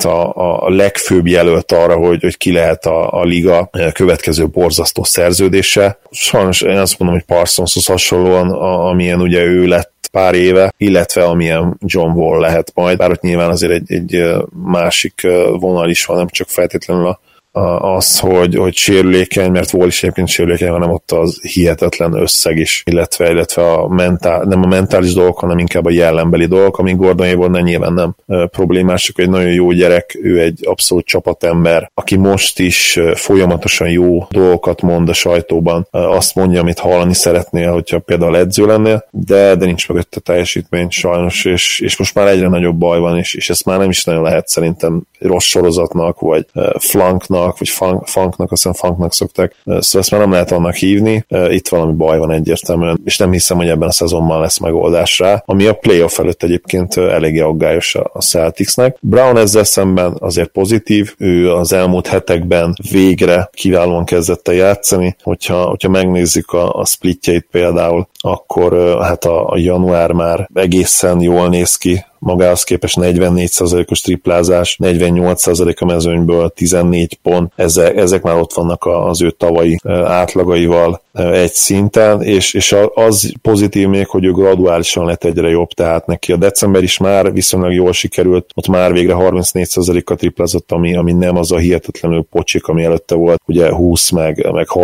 a legfőbb jelölt arra, hogy ki lehet a liga következő borzasztó szerződése. Sajnos én azt mondom, hogy Parsonshoz hasonlóan, amilyen ugye ő lett pár éve, illetve amilyen John Wall lehet majd, bár ott nyilván azért egy másik vonal is van, nem csak feltétlenül az, hogy sérülékeny, mert Wall is egyébként sérülékeny, hanem ott az hihetetlen összeg is, illetve nem a mentális dolgok, hanem inkább a jellembeli dolgok, ami Gordon Hayward nyilván nem problémás, csak egy nagyon jó gyerek, ő egy abszolút csapatember, aki most is folyamatosan jó dolgokat mond a sajtóban, azt mondja, amit hallani szeretnél, hogyha például edző lennél, de nincs mögötte teljesítmény sajnos, és most már egyre nagyobb baj van, és ezt már nem is nagyon lehet szerintem rossz sorozatnak, vagy flanknak, vagy funknak, aztán funknak szokták, szóval ezt már nem lehet annak hívni, itt valami baj van egyértelműen, és nem hiszem, hogy ebben a szezonban lesz megoldás rá, ami a playoff előtt egyébként eléggé aggályos a Celticsnek. Brown ezzel szemben azért pozitív, ő az elmúlt hetekben végre kiválóan kezdett el játszani, hogyha megnézzük a splitjeit például, akkor hát a január már egészen jól néz ki, magához képest 44%-os triplázás, 48% a mezőnyből, 14 pont, ezek már ott vannak az ő tavalyi átlagaival egy szinten, és az pozitív még, hogy ő graduálisan lett egyre jobb, tehát neki a december is már viszonylag jól sikerült, ott már végre 34%-kal triplázott, ami nem az a hihetetlenül pocsik, ami előtte volt, ugye 20 meg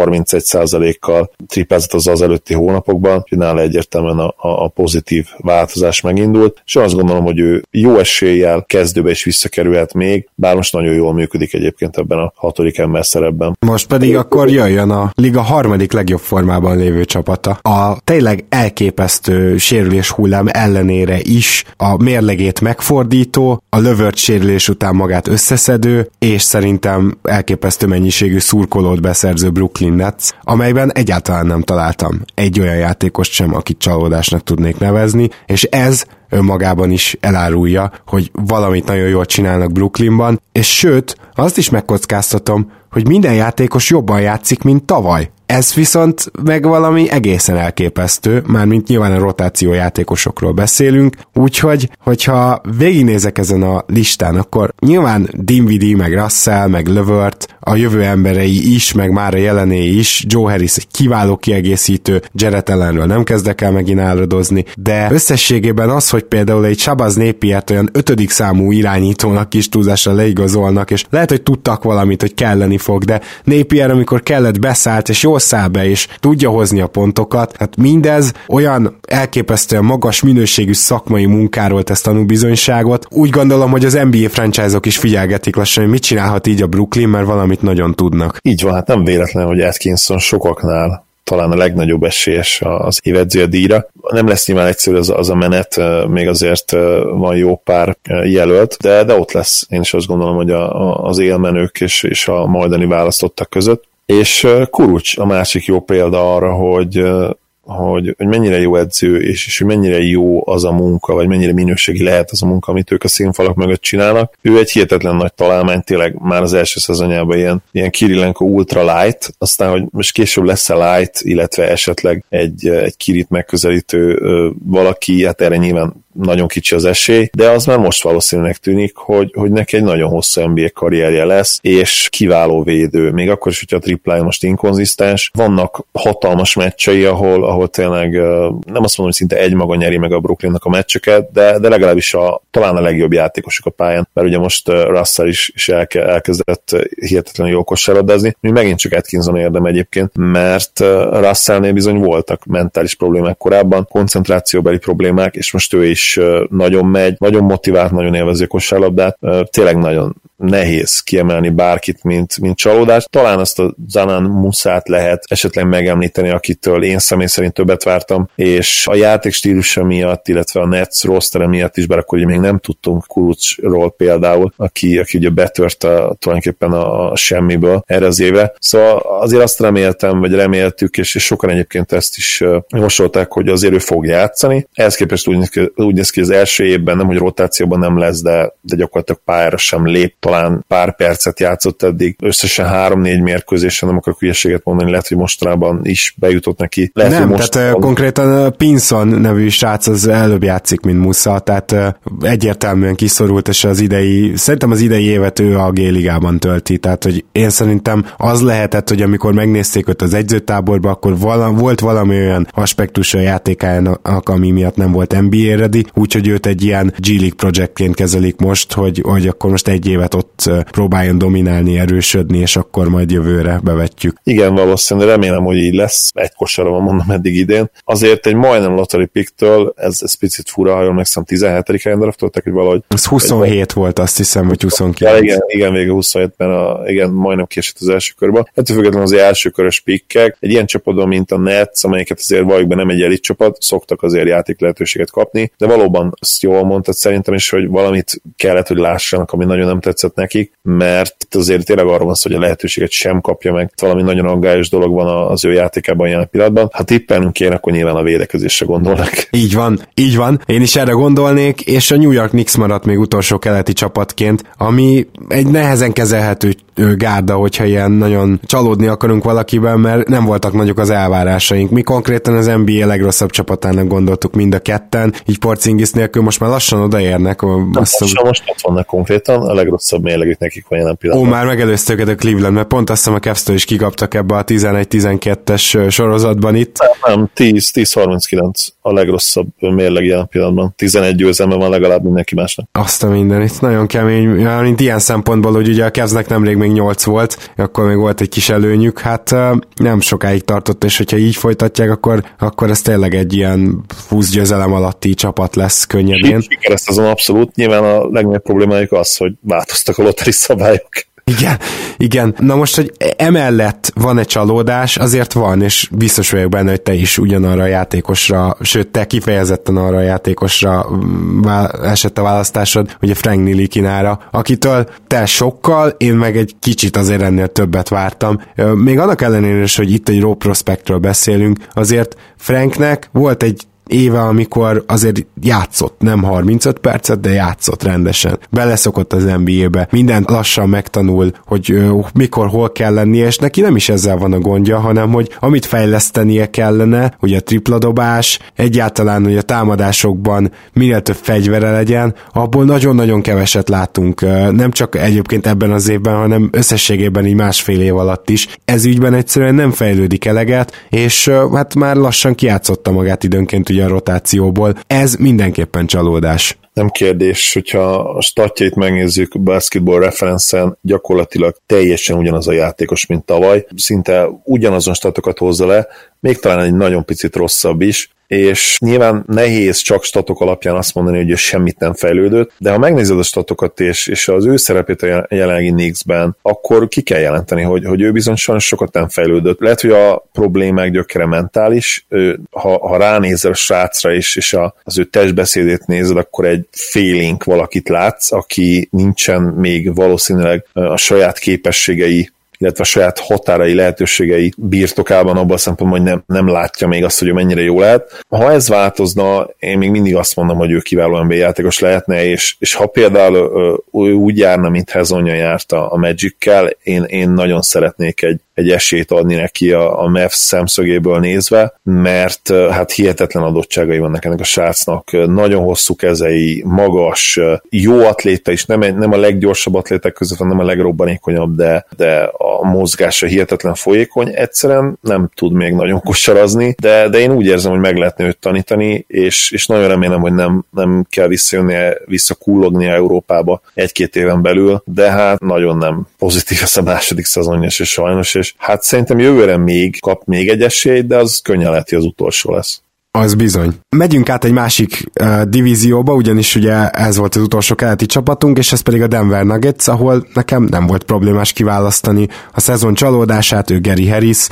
31%-kal triplázott az előtti hónapokban, úgyhogy nála egyértelműen a pozitív változás megindult, és azt gondolom, hogy ő jó eséllyel kezdőbe is visszakerülhet még, bár most nagyon jól működik egyébként ebben a 6. ember szerepben. Most pedig akkor jöjjön a liga harmadik legjobb formában lévő csapata. A tényleg elképesztő sérülés hullám ellenére is a mérlegét megfordító, a Levert sérülés után magát összeszedő, és szerintem elképesztő mennyiségű szurkolót beszerző Brooklyn Nets, amelyben egyáltalán nem találtam egy olyan játékost sem, akit csalódásnak tudnék nevezni, és ez önmagában is elárulja, hogy valamit nagyon jól csinálnak Brooklynban, és sőt, azt is megkockáztatom, hogy minden játékos jobban játszik, mint tavaly. Ez viszont meg valami egészen elképesztő, mármint nyilván a rotáció játékosokról beszélünk, úgyhogy, hogyha végignézek ezen a listán, akkor nyilván Dinwiddie, meg Russell, meg Levert, a jövő emberei is, meg már a jelené is, Joe Harris egy kiváló kiegészítő, Jarrett Allenről nem kezdek el megint áradozni, de összességében az, hogy például egy Shabazz Napiert olyan 5. számú irányítónak kis túlzásra leigazolnak, és lehet, hogy tudtak valamit, hogy kelleni fog, de Napier, amikor kellett, beszállt, és jól száll be, és tudja hozni a pontokat. Hát mindez olyan elképesztően magas minőségű szakmai munkáról tesz tanúbizonyságot. Úgy gondolom, hogy az NBA franchise-ok is figyelgetik lassan, hogy mit csinálhat így a Brooklyn, mert valamit nagyon tudnak. Így van, hát nem véletlen, hogy Atkinson sokaknál talán a legnagyobb esélyes az évedző a díjra. Nem lesz nyilván egyszerű az a menet, még azért van jó pár jelölt, de ott lesz. Én is azt gondolom, hogy az élmenők és a majdani választottak között. És Kurucs a másik jó példa arra, hogy mennyire jó edző, és hogy mennyire jó az a munka, vagy mennyire minőségi lehet az a munka, amit ők a színfalak mögött csinálnak. Ő egy hihetetlen nagy találmány, tényleg már az első szezonjában ilyen Kirilenko ultra light, aztán, hogy most később lesz-e light, illetve esetleg egy Kirit megközelítő valaki, hát erre nyilván nagyon kicsi az esély, de az már most valószínűleg tűnik, hogy neki egy nagyon hosszú NBA karrierje lesz, és kiváló védő, még akkor is, hogyha a triplája most inkonzisztens. Vannak hatalmas meccsei, ahol tényleg nem azt mondom, hogy szinte egymaga nyeri meg a Brooklynnak a meccseket, de legalábbis talán a legjobb játékosok a pályán, mert ugye most Russell is elkezdett hihetetlenül jól kosárlabdázni, mi megint csak Atkinson érdem egyébként, mert Russellnél bizony voltak mentális problémák korábban, koncentrációbeli problémák, és most ő is nagyon megy, nagyon motivált, nagyon élvezi a kosárlabdát, tényleg nagyon nehéz kiemelni bárkit, mint csalódást. Talán azt a Zanan Musát lehet esetleg megemlíteni, akitől én személy szerint többet vártam, és a játék stílusa miatt, illetve a Nets rostere miatt is, bár akkor ugye még nem tudtunk Kurucsról például, aki ugye betört tulajdonképpen a semmiből erre az évre. Szóval azért azt reméltük, és sokan egyébként ezt is jósolták, hogy azért ő fog játszani. Ehhez képest úgy néz ki, az első évben nem, hogy rotációban nem lesz, de gyakorlatilag pályára sem lép, talán pár percet játszott eddig, összesen 3-4 mérkőzésen, nem akarok hülyeséget mondani, lehet, hogy mostanában is bejutott neki. Lehet, nem, tehát konkrétan Pinson nevű srác az előbb játszik, mint Musa, tehát egyértelműen kiszorult, és szerintem az idei évet ő a G-ligában tölti, tehát hogy én szerintem az lehetett, hogy amikor megnézték őt az edzőtáborba, akkor volt valami olyan aspektus a játékának, ami miatt nem volt NBA ready, úgyhogy őt egy ilyen G-League projektként kezelik most, hogy akkor most egy évet ott próbáljon dominálni, erősödni, és akkor majd jövőre bevetjük. Igen, valószínűleg remélem, hogy így lesz. Egy kosarra van, mondom, eddig idén. Azért egy majdnem lottery picktől, ez picit fura, ha jól megszem 17. helyen draftoltak, hogy valahogy... Ez 27 volt, azt hiszem, hogy 29. Igen, végül 27-ben igen, majdnem kiesett az első körben. Ettől függetlenül az első körös pikkek, egy ilyen csapatban, mint a Nets, amelyeket azért valójában nem egy elit csapat, szoktak azért játék lehetőséget kapni, de valóban azt jól mondtad szerintem is, hogy valamit kellett, hogy lássanak, ami nagyon nem tetszett nekik, mert azért tényleg arról van szó, hogy a lehetőséget sem kapja meg. Valami nagyon aggályos dolog van az ő játékában jelen pillanatban. Ha tippelnünk kéne, akkor nyilván a védekezésre gondolnak. Így van. Én is erre gondolnék, és a New York Knicks maradt még utolsó keleti csapatként, ami egy nehezen kezelhető gárda, hogyha ilyen nagyon csalódni akarunk valakiben, mert nem voltak nagyok az elvárásaink. Mi konkrétan az NBA legrosszabb csapatának gondoltuk mind a ketten, így Porzingis nélkül most már lassan odaérnek. Most ott vannak konkrétan, a legrosszabb mérlegük nekik van jelen pillanatban. Már megelőzte őket a Cleveland, mert pont azt hiszem a Cavs-től is kikaptak ebbe a 11-12-es sorozatban itt. Nem, 10-39 a legrosszabb mérleg jelen pillanatban. 11 győzelme van legalább mindenki másnak. Azt a mindenit, nagyon kemény, mint ilyen szempontból, hogy ugye a Cavsnek nemrég még 8 volt, akkor még volt egy kis előnyük, hát nem sokáig tartott, és hogyha így folytatják, akkor ez tényleg egy ilyen 20 győzelem alatti csapat lesz könnyedén. Siker azon abszolút, nyilván a legnagyobb problémájuk az, hogy változtak a lottery szabályok. Igen. Na most, hogy emellett van egy csalódás, azért van, és biztos vagyok benne, hogy te is ugyanarra a játékosra, sőt, te kifejezetten arra a játékosra esett a választásod, ugye Frank Ntilikina, akitől te sokkal, én meg egy kicsit azért ennél többet vártam. Még annak ellenére is, hogy itt egy raw prospectről beszélünk, azért Franknek volt egy éve, amikor azért játszott, nem 35 percet, de játszott rendesen. Beleszokott az NBA-be, mindent lassan megtanul, hogy mikor, hol kell lennie, és neki nem is ezzel van a gondja, hanem hogy amit fejlesztenie kellene, hogy a tripladobás, egyáltalán, hogy a támadásokban minél több fegyvere legyen, abból nagyon-nagyon keveset látunk. Nem csak egyébként ebben az évben, hanem összességében így másfél év alatt is. Ez ügyben egyszerűen nem fejlődik eleget, és hát már lassan kijátszotta magát időnként ugye a rotációból. Ez mindenképpen csalódás. Nem kérdés, hogyha a statjait megnézzük Basketball Reference-en, gyakorlatilag teljesen ugyanaz a játékos, mint tavaly. Szinte ugyanazon statokat hozza le, még talán egy nagyon picit rosszabb is, és nyilván nehéz csak statok alapján azt mondani, hogy ő semmit nem fejlődött, de ha megnézed a statokat és az ő szerepét a jelenlegi Knicksben, akkor ki kell jelenteni, hogy ő bizony sajnos sokat nem fejlődött. Lehet, hogy a problémák gyökere mentális, ha ránézel a srácra és az ő testbeszédét nézed, akkor egy félénk valakit látsz, aki nincsen még valószínűleg a saját képességei, illetve a saját határai, lehetőségei birtokában abban a szempontból, hogy nem látja még azt, hogy ő mennyire jó lehet. Ha ez változna, én még mindig azt mondom, hogy ő kiváló NBA játékos lehetne, és ha például úgy járna, mint Hezonja járt a Magic-kel, én nagyon szeretnék egy esélyt adni neki a Mavs szemszögéből nézve, mert hát hihetetlen adottságai vannak ennek a srácnak, nagyon hosszú kezei, magas, jó atléta is, nem a leggyorsabb atléták között, nem a legrobbanékonyabb, de a mozgása hihetetlen folyékony, egyszerűen nem tud még nagyon kosarazni, de én úgy érzem, hogy meg lehetne őt tanítani, és nagyon remélem, hogy nem kell visszakullognia Európába egy-két éven belül, de hát nagyon nem pozitív ez a második szezonja, és sajnos, és hát szerintem jövőre még kap még egy esélyt, de az könnyen lehet, hogy az utolsó lesz. Az bizony. Megyünk át egy másik divízióba, ugyanis ugye ez volt az utolsó keleti csapatunk, és ez pedig a Denver Nuggets, ahol nekem nem volt problémás kiválasztani a szezon csalódását, ő Gary Harris.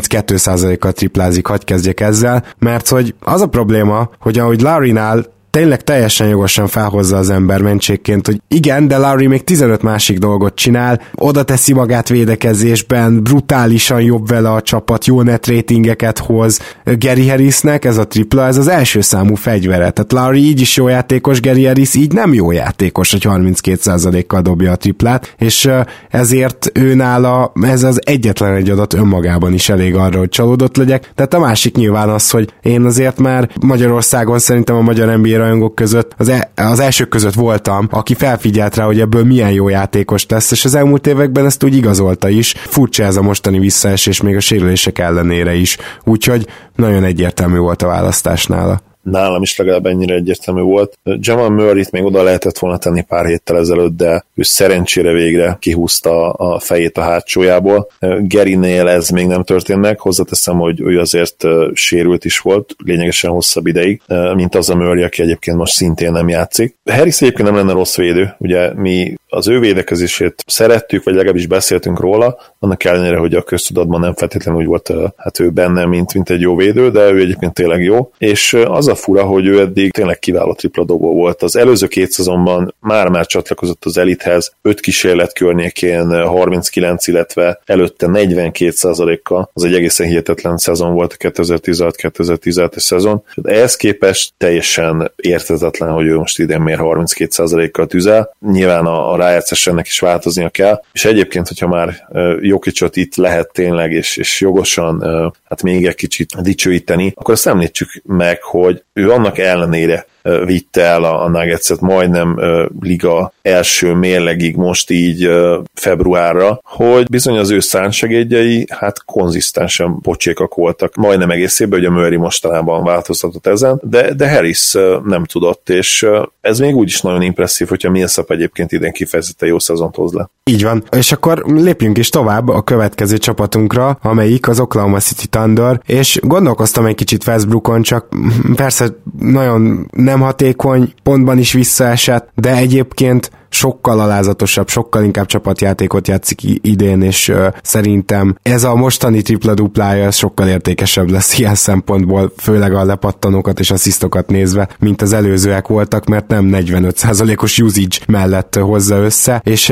32%-kal triplázik, hadd kezdjek ezzel, mert hogy az a probléma, hogy ahogy Lowrynál tényleg teljesen jogosan felhozza az ember mentségként, hogy igen, de Lowry még 15 másik dolgot csinál, oda teszi magát védekezésben, brutálisan jobb vele a csapat, jó net ratingeket hoz. Gary Harrisnek ez a tripla, ez az első számú fegyvere. Tehát Lowry így is jó játékos, Gary Harris így nem jó játékos, hogy 32%-kal dobja a triplát, és ezért őnála ez az egyetlen egy adat önmagában is elég arra, hogy csalódott legyek. Tehát a másik nyilván az, hogy én azért már Magyarországon szerintem a magyar NBA rajongók között az elsők között voltam, aki felfigyelt rá, hogy ebből milyen jó játékos lesz, és az elmúlt években ezt úgy igazolta is. Furcsa ez a mostani visszaesés még a sérülések ellenére is. Úgyhogy nagyon egyértelmű volt a választás nála. Nálam is legalább ennyire egyértelmű volt. Jamal Murrayt még oda lehetett volna tenni pár héttel ezelőtt, de ő szerencsére végre kihúzta a fejét a hátsójából. Garynél ez még nem történt meg, hozzáteszem, hogy ő azért sérült is volt, lényegesen hosszabb ideig, mint az a Murray, aki egyébként most szintén nem játszik. Harris egyébként nem lenne rossz védő, ugye mi az ő védekezését szerettük, vagy legalábbis beszéltünk róla, annak ellenére, hogy a köztudatban nem feltétlenül úgy volt hát ő benne, mint egy jó védő, de ő egyébként tényleg jó, és az a fura, hogy ő eddig tényleg kiváló tripladobó volt. Az előző 2 szezonban már csatlakozott az elithez, 5 kísérlet környékén 39, illetve előtte 42%-kal. Az egy egészen hihetetlen szezon volt a 2016-2017-es szezon. Ehhez képest teljesen érthetetlen, hogy ő most idén miért 32%-kal tüzel. Nyilván a rájátszás ennek is változnia kell, és egyébként, hogyha már Jokicot itt lehet tényleg, és jogosan hát még egy kicsit dicsőíteni, akkor azt említsük meg, hogy ő annak ellenére vitte el a Nuggets-et majdnem liga első mérlegig most így februárra, hogy bizony az ő szánsegédjei hát konzisztensen pocsékak voltak. Majdnem egész évben, hogy a Murray mostanában változtatott ezen, de Harris nem tudott, és ez még úgy is nagyon impresszív, hogyha Millsap egyébként idén kifejezetten jó szezont hoz le. Így van, és akkor lépjünk is tovább a következő csapatunkra, amelyik az Oklahoma City Thunder, és gondolkoztam egy kicsit Westbrookon, csak persze nagyon nem hatékony, pontban is visszaesett, de egyébként sokkal alázatosabb, sokkal inkább csapatjátékot játszik idén, és szerintem ez a mostani tripla-duplája sokkal értékesebb lesz ilyen szempontból, főleg a lepattanókat és asszisztokat nézve, mint az előzőek voltak, mert nem 45%-os usage mellett hozza össze, és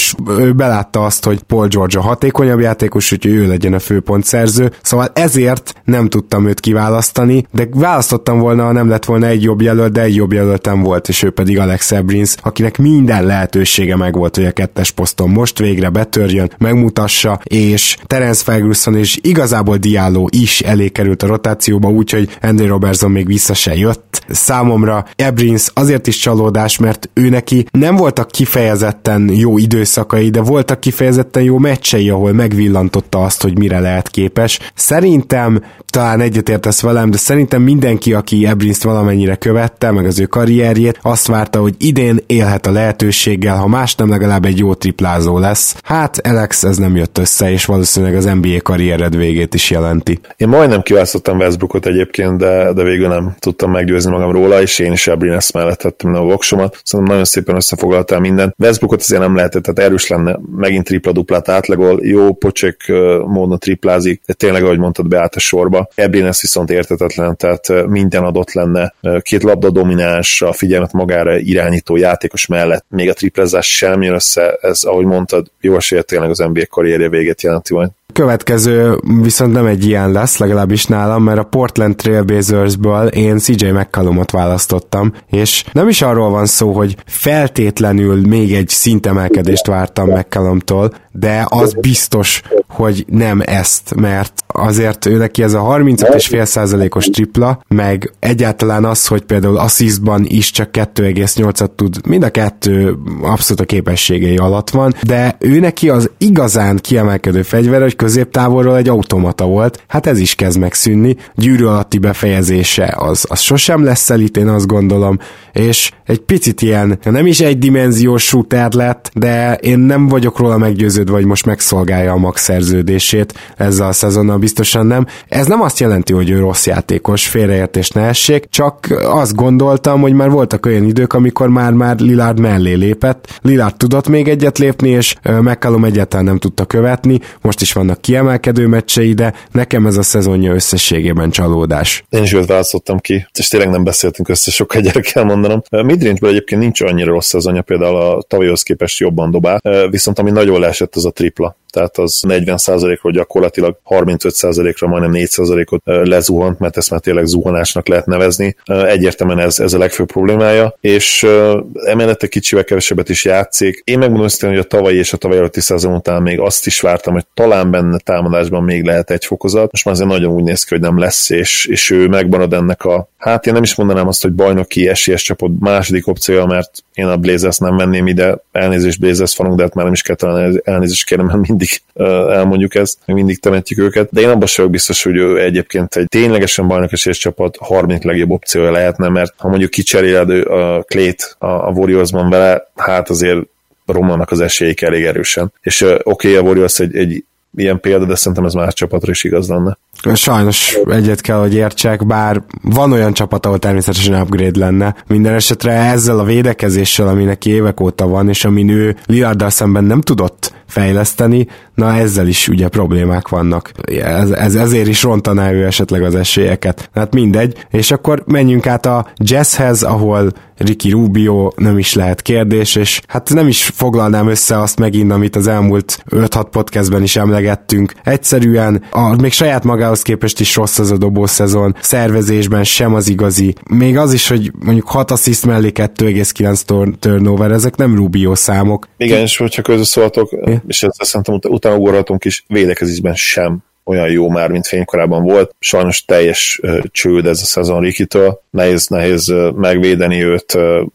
ő belátta azt, hogy Paul George a hatékonyabb játékos, hogy ő legyen a főpontszerző, szóval ezért nem tudtam őt kiválasztani, de választottam volna, ha nem lett volna egy jobb jelölt, de egy jobb jelöltem volt, és ő pedig Alex Abrines, akinek minden lehetősége megvolt, hogy a 2-es poszton most végre betörjön, megmutassa, és Terence Ferguson és igazából Diallo is elé került a rotációba, úgyhogy Andrew Robertson még vissza se jött. Számomra Abrines azért is csalódás, mert ő neki nem voltak kifejezetten jó időszakai, de voltak kifejezetten jó meccsei, ahol megvillantotta azt, hogy mire lehet képes. Szerintem, talán egyetértesz velem, de szerintem mindenki, aki Abrines-t valamennyire követte, meg az ő karrierjét, azt várta, hogy idén élhet a lehetőséggel, ha más nem, legalább egy jó triplázó lesz. Hát Alex, ez nem jött össze, és valószínűleg az NBA karriered végét is jelenti. Én majdnem kiválasztottam Westbrookot egyébként, de végül nem tudtam meggyőzni magam róla, és én is Abrines mellett tettem a voksomat. Szerintem nagyon szépen összefoglaltál minden. Westbrookot azért nem lehetett, tehát erős lenne, megint tripla-duplát átlagol, jó pocsék módon triplázik, de tényleg, ahogy mondtad, beállt a sorba. Abrines viszont értetetlen, tehát minden adott lenne, 2 labda domináns, a figyelmet magára irányító játékos mellett, még a triplázás sem jön össze, ez, ahogy mondtad, jó esélye tényleg az NBA karrierje végét jelenti majd. Következő viszont nem egy ilyen lesz, legalábbis nálam, mert a Portland Trailblazersből én CJ McCollumot választottam, és nem is arról van szó, hogy feltétlenül még egy szintemelkedést vártam McCollumtól, de az biztos, hogy nem ezt, mert azért ő neki ez a 35,5%-os tripla, meg egyáltalán az, hogy például assistban is csak 2,8-at tud, mind a kettő abszolút a képességei alatt van, de ő neki az igazán kiemelkedő fegyver, hogy középtávolról egy automata volt, hát ez is kezd megszűnni, gyűrű alatti befejezése az sosem lesz elit, én azt gondolom, és egy picit ilyen, nem is egydimenziós shooter lett, de én nem vagyok róla meggyőződve, hogy most megszolgálja a max szerződését ezzel a szezonnal, biztosan nem. Ez nem azt jelenti, hogy ő rossz játékos, félreértés ne essék, csak azt gondoltam, hogy már voltak olyan idők, amikor már Lillard mellé lépett. Lillard tudott még egyet lépni, és McCollum egyáltalán nem tudta követni, most is vannak kiemelkedő meccsei, de nekem ez a szezonja összességében csalódás. Én is őt választottam ki, és tényleg nem beszéltünk össze, sokkal gyere kell mondanom. Midrange-ből egyébként nincs annyira rossz szezonja, például a tavalyhoz képest jobban dobál, viszont ami nagyon leesett, az a tripla. Tehát az 40%-ról gyakorlatilag 35%-ra, majdnem 4%-ot lezuhant, mert ezt már tényleg zuhanásnak lehet nevezni. Egyértelműen ez a legfőbb problémája, és emellett egy kicsivel kevesebbet is játszik. Én megmondom hogy a tavalyi és a tavaly előtti szezon után még azt is vártam, hogy talán benne támadásban még lehet egy fokozat. Most már azért nagyon úgy néz ki, hogy nem lesz, és ő megmarad ennek hát én nem is mondanám azt, hogy bajnoki esélyes csapat második opciója, mert én a Blazers nem venném ide, elnézést Blazers fanunk, de hát már nem is kell talán elnézést kérem, mert mindig elmondjuk ezt, mindig temetjük őket, de én abban sem biztos, hogy ő egyébként egy ténylegesen bajnoki esélyes csapat 30 legjobb opciója lehetne, mert ha mondjuk kicseréled a Clay-t a Warriorsban vele, hát azért romlanak az esélyek elég erősen. És oké, a Warriors egy ilyen példa, de szerintem ez más csapatra is igaz lenne. Sajnos egyet kell, hogy értsek, bár van olyan csapat, ahol természetesen upgrade lenne. Minden esetre ezzel a védekezéssel, ami neki évek óta van, és amin ő Lillarddal szemben nem tudott fejleszteni, na ezzel is ugye problémák vannak. Ezért is rontaná ő esetleg az esélyeket. Hát mindegy, és akkor menjünk át a Jazzhez, ahol Ricky Rubio nem is lehet kérdés, és hát nem is foglalnám össze azt megint, amit az elmúlt 5-6 podcastben is emlegettünk. Egyszerűen még saját magához képest is rossz az a dobószezon, szervezésben sem az igazi. Még az is, hogy mondjuk 6 assziszt mellé 2,9 turnover, ezek nem Rubio számok. Igen, és hogyha közösszóltok, és ezt szerintem utána ugorhatunk is, védekezésben sem olyan jó már, mint fénykorában volt. Sajnos teljes csőd ez a szezon Rikitől. Nehéz megvédeni őt,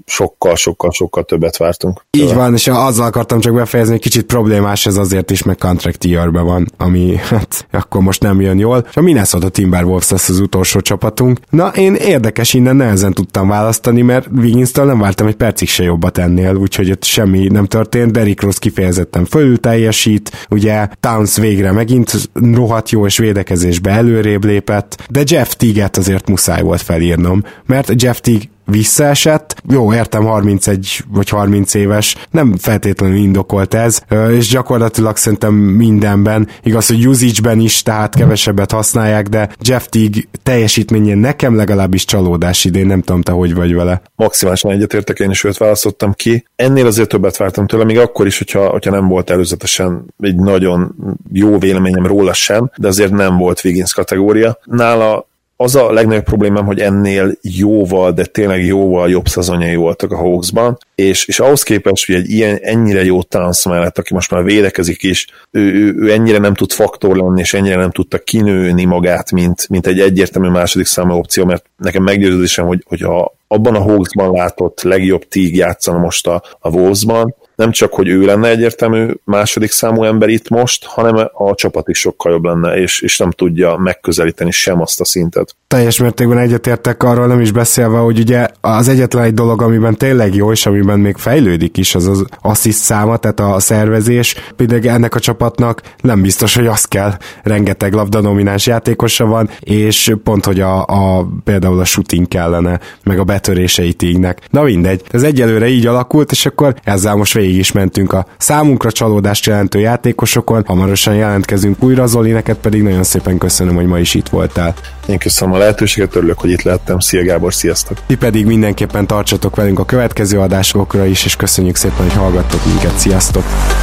sokkal többet vártunk. Így van, és azzal akartam csak befejezni, hogy kicsit problémás ez azért is, meg contract year-ben van, ami hát akkor most nem jön jól. És a Minnesota Timberwolves lesz az utolsó csapatunk. Na, én érdekes, innen nehezen tudtam választani, mert Wigginstől nem vártam egy percig se jobbat ennél, úgyhogy ott semmi nem történt. Derrick Rose kifejezetten fölül teljesít, ugye Towns végre megint rohadt jó, és védekezésbe előrébb lépett, de Jeff Teague-et azért muszáj volt felírnom, mert Jeff Teague visszaesett, jó, értem, 31 vagy 30 éves, nem feltétlenül indokolt ez, és gyakorlatilag szerintem mindenben, igaz, hogy usage-ben is, tehát kevesebbet használják, de Jeff Teague teljesítményén nekem legalábbis csalódás idén, nem tudom, te hogy vagy vele. Maximálisan egyetértek, én is őt választottam ki. Ennél azért többet vártam tőle, még akkor is, hogyha nem volt előzetesen egy nagyon jó véleményem róla sem, de azért nem volt Wiggins kategória. Nála az a legnagyobb problémám, hogy ennél jóval, de tényleg jóval jobb szezonjai voltak a Hawksban, és ahhoz képest, hogy egy ennyire jó Towns mellett, aki most már védekezik is, ő ennyire nem tud faktor lenni, és ennyire nem tudta kinőni magát, mint egy egyértelmű második számú opció, mert nekem meggyőződésem, hogy abban a Hawksban látott legjobb Teague játszana most a Wolvesban, nem csak, hogy ő lenne egyértelmű második számú ember itt most, hanem a csapat is sokkal jobb lenne, és nem tudja megközelíteni sem azt a szintet. Teljes mértékben egyetértek, arról nem is beszélve, hogy ugye az egyetlen egy dolog, amiben tényleg jó, és amiben még fejlődik is, az assziszt száma, tehát a szervezés. Például ennek a csapatnak nem biztos, hogy az kell, rengeteg labdadomináns játékosa van, és pont, hogy például a shooting kellene, meg a betörései Teague-nek. Na mindegy, ez egyelőre így alakult, és akkor ezzel most végig is mentünk a számunkra csalódást jelentő játékosokon. Hamarosan jelentkezünk újra, Zoli, neked pedig nagyon szépen köszönöm, hogy ma is itt voltál. Én köszönöm a lehetőséget, örülök, hogy itt lehettem. Szia Gábor, sziasztok! Ti pedig mindenképpen tartsatok velünk a következő adásokra is, és köszönjük szépen, hogy hallgattok minket. Sziasztok!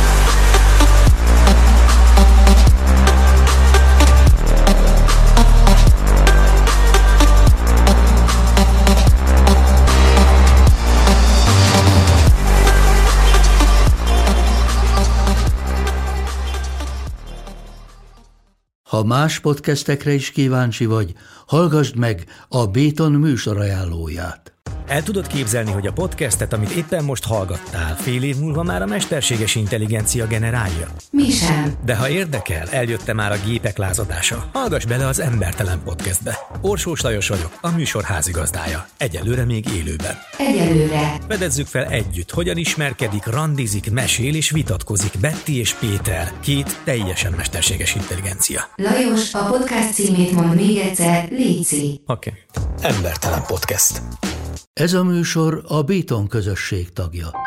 Ha más podcastekre is kíváncsi vagy, hallgassd meg a Béton műsor ajánlóját. El tudod képzelni, hogy a podcastet, amit éppen most hallgattál, fél év múlva már a mesterséges intelligencia generálja? Mi sem. De ha érdekel, eljött már a gépek lázadása. Hallgass bele az Embertelen Podcastbe. Orsós Lajos vagyok, a műsor házigazdája. Egyelőre még élőben. Egyelőre. Fedezzük fel együtt, hogyan ismerkedik, randizik, mesél és vitatkozik Betty és Péter, két teljesen mesterséges intelligencia. Lajos, a podcast címét mond még egyszer, léci. Oké. Embertelen Podcast. Ez a műsor a Béton közösség tagja.